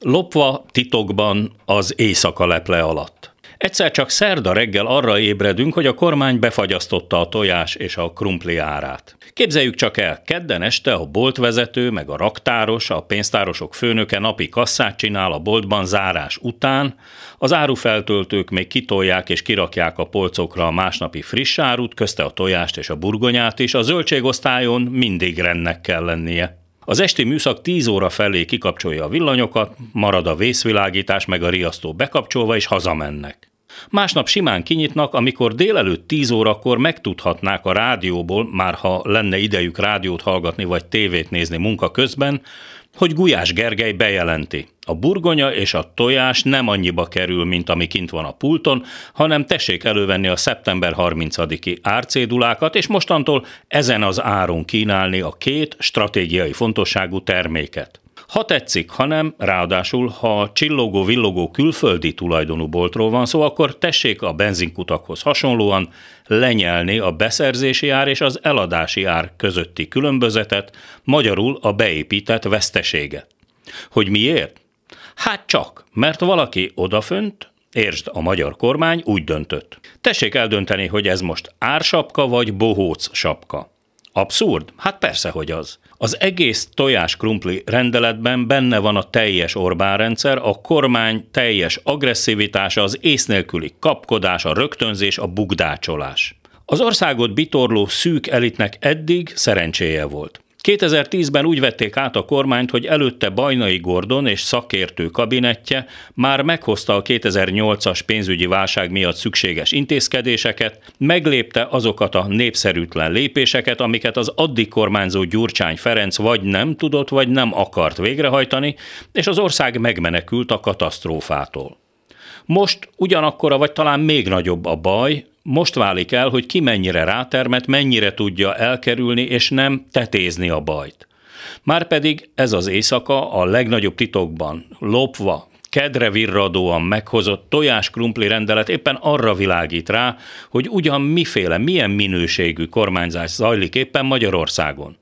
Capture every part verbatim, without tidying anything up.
Lopva titokban az éjszaka leple alatt. Egyszer csak szerda reggel arra ébredünk, hogy a kormány befagyasztotta a tojás és a krumpli árát. Képzeljük csak el, kedden este a boltvezető, meg a raktáros, a pénztárosok főnöke napi kasszát csinál a boltban zárás után, az árufeltöltők még kitolják és kirakják a polcokra a másnapi friss árut, közte a tojást és a burgonyát is, a zöldségosztályon mindig rendnek kell lennie. Az esti műszak tíz óra felé kikapcsolja a villanyokat, marad a vészvilágítás meg a riasztó bekapcsolva, és hazamennek. Másnap simán kinyitnak, amikor délelőtt tíz órakor megtudhatnák a rádióból, már ha lenne idejük rádiót hallgatni vagy tévét nézni munka közben, hogy Gulyás Gergely bejelenti. A burgonya és a tojás nem annyiba kerül, mint ami kint van a pulton, hanem tessék elővenni a szeptember harmincadiki árcédulákat, és mostantól ezen az áron kínálni a két stratégiai fontosságú terméket. Ha tetszik, ha nem, ráadásul, ha csillogó-villogó külföldi tulajdonú boltról van szó, akkor tessék a benzinkutakhoz hasonlóan lenyelni a beszerzési ár és az eladási ár közötti különbözetet, magyarul a beépített veszteséget. Hogy miért? Hát csak, mert valaki odafönt, értsd, a magyar kormány úgy döntött. Tessék eldönteni, hogy ez most ársapka vagy bohóc sapka. Abszurd? Hát persze, hogy az. Az egész tojás-krumpli rendeletben benne van a teljes Orbán rendszer, a kormány teljes agresszivitása, az ész nélküli kapkodás, a rögtönzés, a bugdácsolás. Az országot bitorló szűk elitnek eddig szerencséje volt. kétezer-tízben úgy vették át a kormányt, hogy előtte Bajnai Gordon és szakértő kabinettje már meghozta a kétezer-nyolcas pénzügyi válság miatt szükséges intézkedéseket, meglépte azokat a népszerűtlen lépéseket, amiket az addig kormányzó Gyurcsány Ferenc vagy nem tudott, vagy nem akart végrehajtani, és az ország megmenekült a katasztrófától. Most ugyanakkora, vagy talán még nagyobb a baj, most válik el, hogy ki mennyire rátermet, mennyire tudja elkerülni és nem tetézni a bajt. Márpedig ez az éjszaka a legnagyobb titokban, lopva, kedre virradóan meghozott tojás-krumpli rendelet éppen arra világít rá, hogy ugyan miféle, milyen minőségű kormányzás zajlik éppen Magyarországon.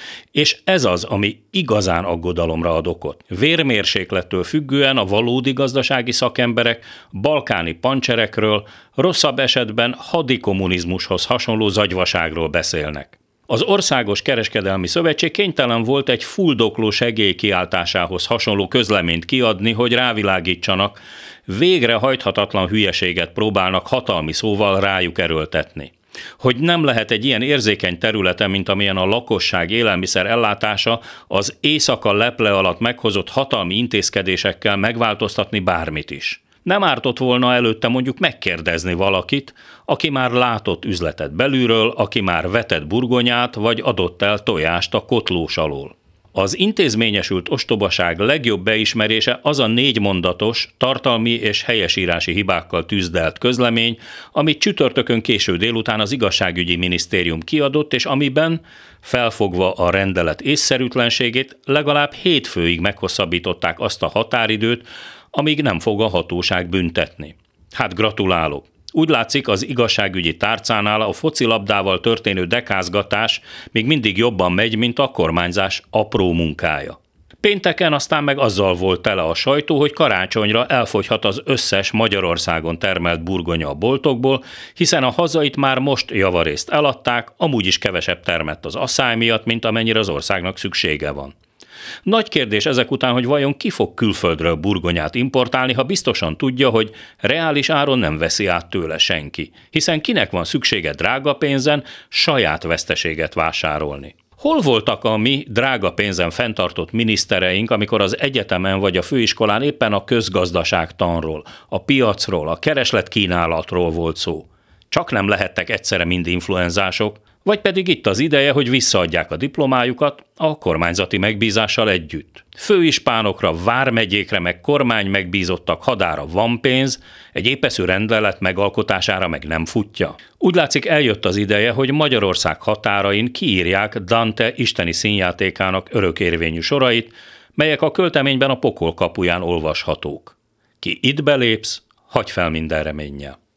És ez az, ami igazán aggodalomra ad okot. Vérmérséklettől függően a valódi gazdasági szakemberek balkáni pancserekről, rosszabb esetben hadikommunizmushoz hasonló zagyvaságról beszélnek. Az Országos Kereskedelmi Szövetség kénytelen volt egy fuldokló segély kiáltásához hasonló közleményt kiadni, hogy rávilágítsanak, végrehajthatatlan hülyeséget próbálnak hatalmi szóval rájuk erőltetni. Hogy nem lehet egy ilyen érzékeny területen, mint amilyen a lakosság élelmiszer ellátása, az éjszaka leple alatt meghozott hatalmi intézkedésekkel megváltoztatni bármit is. Nem ártott volna előtte mondjuk megkérdezni valakit, aki már látott üzletet belülről, aki már vetett burgonyát, vagy adott el tojást a kotlós alól. Az intézményesült ostobaság legjobb beismerése az a négy mondatos, tartalmi és helyesírási hibákkal tűzdelt közlemény, amit csütörtökön késő délután az igazságügyi minisztérium kiadott, és amiben, felfogva a rendelet észszerűtlenségét, legalább hétfőig meghosszabbították azt a határidőt, amíg nem fog a hatóság büntetni. Hát gratulálok! Úgy látszik, az igazságügyi tárcánál a focilabdával történő dekázgatás még mindig jobban megy, mint a kormányzás apró munkája. Pénteken aztán meg azzal volt tele a sajtó, hogy karácsonyra elfogyhat az összes Magyarországon termelt burgonya a boltokból, hiszen a hazait már most javarészt eladták, amúgy is kevesebb termett az asszály miatt, mint amennyire az országnak szüksége van. Nagy kérdés ezek után, hogy vajon ki fog külföldről burgonyát importálni, ha biztosan tudja, hogy reális áron nem veszi át tőle senki, hiszen kinek van szüksége drága pénzen saját veszteséget vásárolni. Hol voltak a mi drága pénzen fenntartott minisztereink, amikor az egyetemen vagy a főiskolán éppen a közgazdaságtanról, a piacról, a kereslet-kínálatról volt szó? Csak nem lehettek egyszerre mind influenzások, vagy pedig itt az ideje, hogy visszaadják a diplomájukat a kormányzati megbízással együtt. Főispánokra, vármegyékre meg kormány megbízottak hadára van pénz, egy épeszű rendelet megalkotására meg nem futja. Úgy látszik, eljött az ideje, hogy Magyarország határain kiírják Dante isteni színjátékának örökérvényű sorait, melyek a költeményben a pokol kapuján olvashatók. Ki itt belépsz, hagyj fel minden reménnyel.